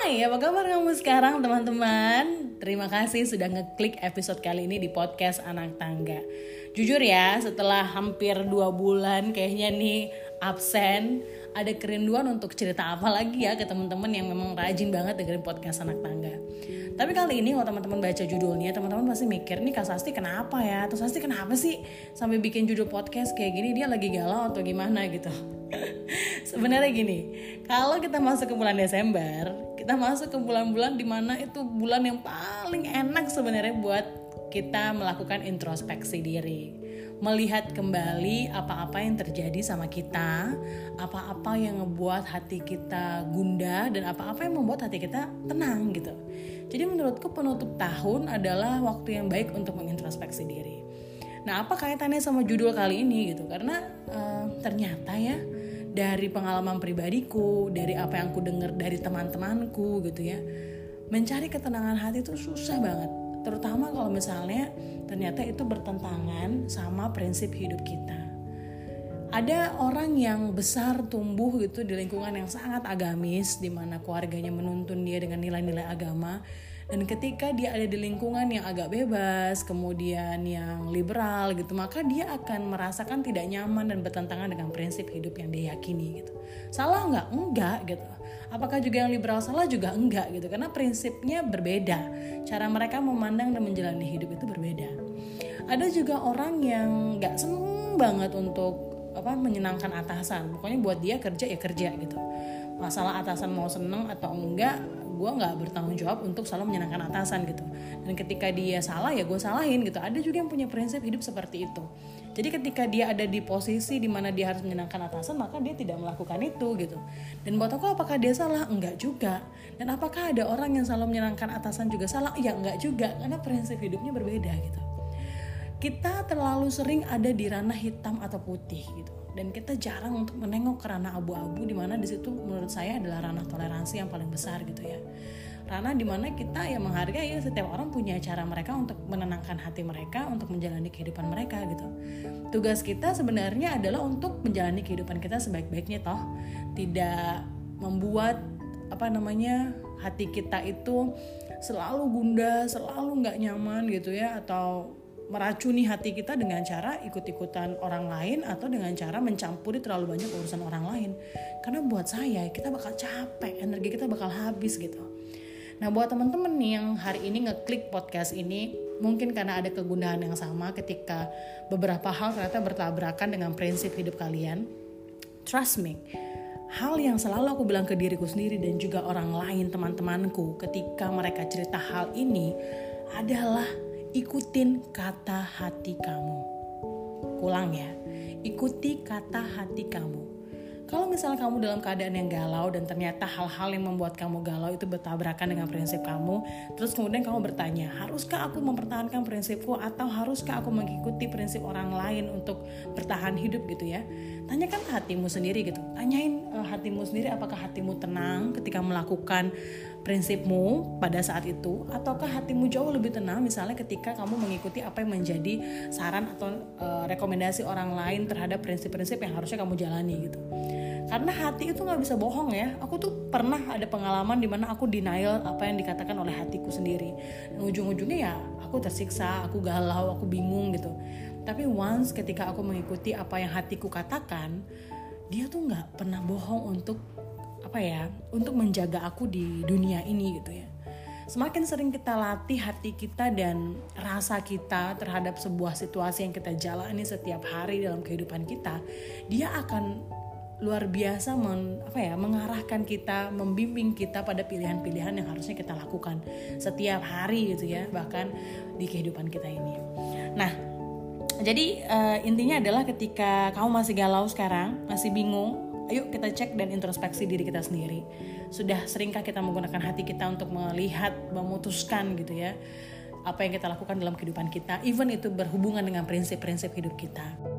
Hai, apa kabar kamu sekarang teman-teman? Terima kasih sudah ngeklik episode kali ini di podcast Anak Tangga. Jujur ya, setelah hampir 2 bulan kayaknya nih absen, ada kerinduan untuk cerita apa lagi ya ke teman-teman yang memang rajin banget dengerin podcast Anak Tangga. Tapi kali ini kalau teman-teman baca judulnya, teman-teman pasti mikir nih Kak Sasti kenapa ya? Terus Sasti kenapa sih sampai bikin judul podcast kayak gini? Dia lagi galau atau gimana gitu? Sebenarnya gini, kalau kita masuk ke bulan Desember, kita masuk ke bulan-bulan dimana itu bulan yang paling enak sebenarnya buat kita melakukan introspeksi diri, melihat kembali apa-apa yang terjadi sama kita, apa-apa yang ngebuat hati kita gundah dan apa-apa yang membuat hati kita tenang gitu. Jadi menurutku penutup tahun adalah waktu yang baik untuk mengintrospeksi diri. Nah, apa kaitannya sama judul kali ini gitu? Karena ternyata ya dari pengalaman pribadiku, dari apa yang aku dengar dari teman-temanku gitu ya, mencari ketenangan hati itu susah banget. Terutama kalau misalnya ternyata itu bertentangan sama prinsip hidup kita. Ada orang yang besar tumbuh gitu di lingkungan yang sangat agamis, di mana keluarganya menuntun dia dengan nilai-nilai agama. Dan ketika dia ada di lingkungan yang agak bebas, kemudian yang liberal gitu, maka dia akan merasakan tidak nyaman dan bertentangan dengan prinsip hidup yang dia yakini gitu. Salah nggak? Enggak gitu. Apakah juga yang liberal salah? Juga enggak gitu. Karena prinsipnya berbeda. Cara mereka memandang dan menjalani hidup itu berbeda. Ada juga orang yang nggak seneng banget untuk menyenangkan atasan. Pokoknya buat dia kerja ya kerja gitu. Masalah atasan mau seneng atau enggak, gue nggak bertanggung jawab untuk selalu menyenangkan atasan gitu. Dan ketika dia salah ya gue salahin gitu. Ada juga yang punya prinsip hidup seperti itu. Jadi ketika dia ada di posisi di mana dia harus menyenangkan atasan, maka dia tidak melakukan itu gitu. Dan buat aku apakah dia salah? Enggak juga. Dan apakah ada orang yang selalu menyenangkan atasan juga salah? Ya enggak juga, karena prinsip hidupnya berbeda gitu. Kita terlalu sering ada di ranah hitam atau putih gitu. Dan kita jarang untuk menengok ke ranah abu-abu, di mana di situ menurut saya adalah ranah toleransi yang paling besar gitu ya. Ranah di mana kita ya menghargai ya setiap orang punya cara mereka untuk menenangkan hati mereka, untuk menjalani kehidupan mereka gitu. Tugas kita sebenarnya adalah untuk menjalani kehidupan kita sebaik-baiknya toh. Tidak membuat hati kita itu selalu gundah, selalu nggak nyaman gitu ya, atau meracuni hati kita dengan cara ikut-ikutan orang lain atau dengan cara mencampuri terlalu banyak urusan orang lain. Karena buat saya kita bakal capek, energi kita bakal habis gitu. Nah, buat teman-teman nih yang hari ini ngeklik podcast ini, mungkin karena ada kegundahan yang sama ketika beberapa hal ternyata bertabrakan dengan prinsip hidup kalian. Trust me, hal yang selalu aku bilang ke diriku sendiri dan juga orang lain, teman-temanku, ketika mereka cerita hal ini adalah ikutin kata hati kamu. Ulang ya, ikuti kata hati kamu. Kalau misalnya kamu dalam keadaan yang galau dan ternyata hal-hal yang membuat kamu galau itu bertabrakan dengan prinsip kamu, terus kemudian kamu bertanya, haruskah aku mempertahankan prinsipku atau haruskah aku mengikuti prinsip orang lain untuk bertahan hidup gitu ya? Tanyakan hatimu sendiri gitu. Tanyain hatimu sendiri, apakah hatimu tenang ketika melakukan prinsipmu pada saat itu, ataukah hatimu jauh lebih tenang misalnya ketika kamu mengikuti apa yang menjadi saran atau rekomendasi orang lain terhadap prinsip-prinsip yang harusnya kamu jalani gitu. Karena hati itu gak bisa bohong ya. Aku tuh pernah ada pengalaman di mana aku denial apa yang dikatakan oleh hatiku sendiri. Dan ujung-ujungnya ya aku tersiksa, aku galau, aku bingung gitu. Tapi once ketika aku mengikuti apa yang hatiku katakan, dia tuh gak pernah bohong untuk untuk menjaga aku di dunia ini gitu ya. Semakin sering kita latih hati kita dan rasa kita terhadap sebuah situasi yang kita jalani setiap hari dalam kehidupan kita, dia akan luar biasa mengarahkan kita, membimbing kita pada pilihan-pilihan yang harusnya kita lakukan setiap hari gitu ya, bahkan di kehidupan kita ini. Nah, jadi intinya adalah ketika kamu masih galau sekarang, masih bingung, ayo kita cek dan introspeksi diri kita sendiri. Sudah seringkah kita menggunakan hati kita untuk melihat, memutuskan gitu ya, apa yang kita lakukan dalam kehidupan kita, even itu berhubungan dengan prinsip-prinsip hidup kita.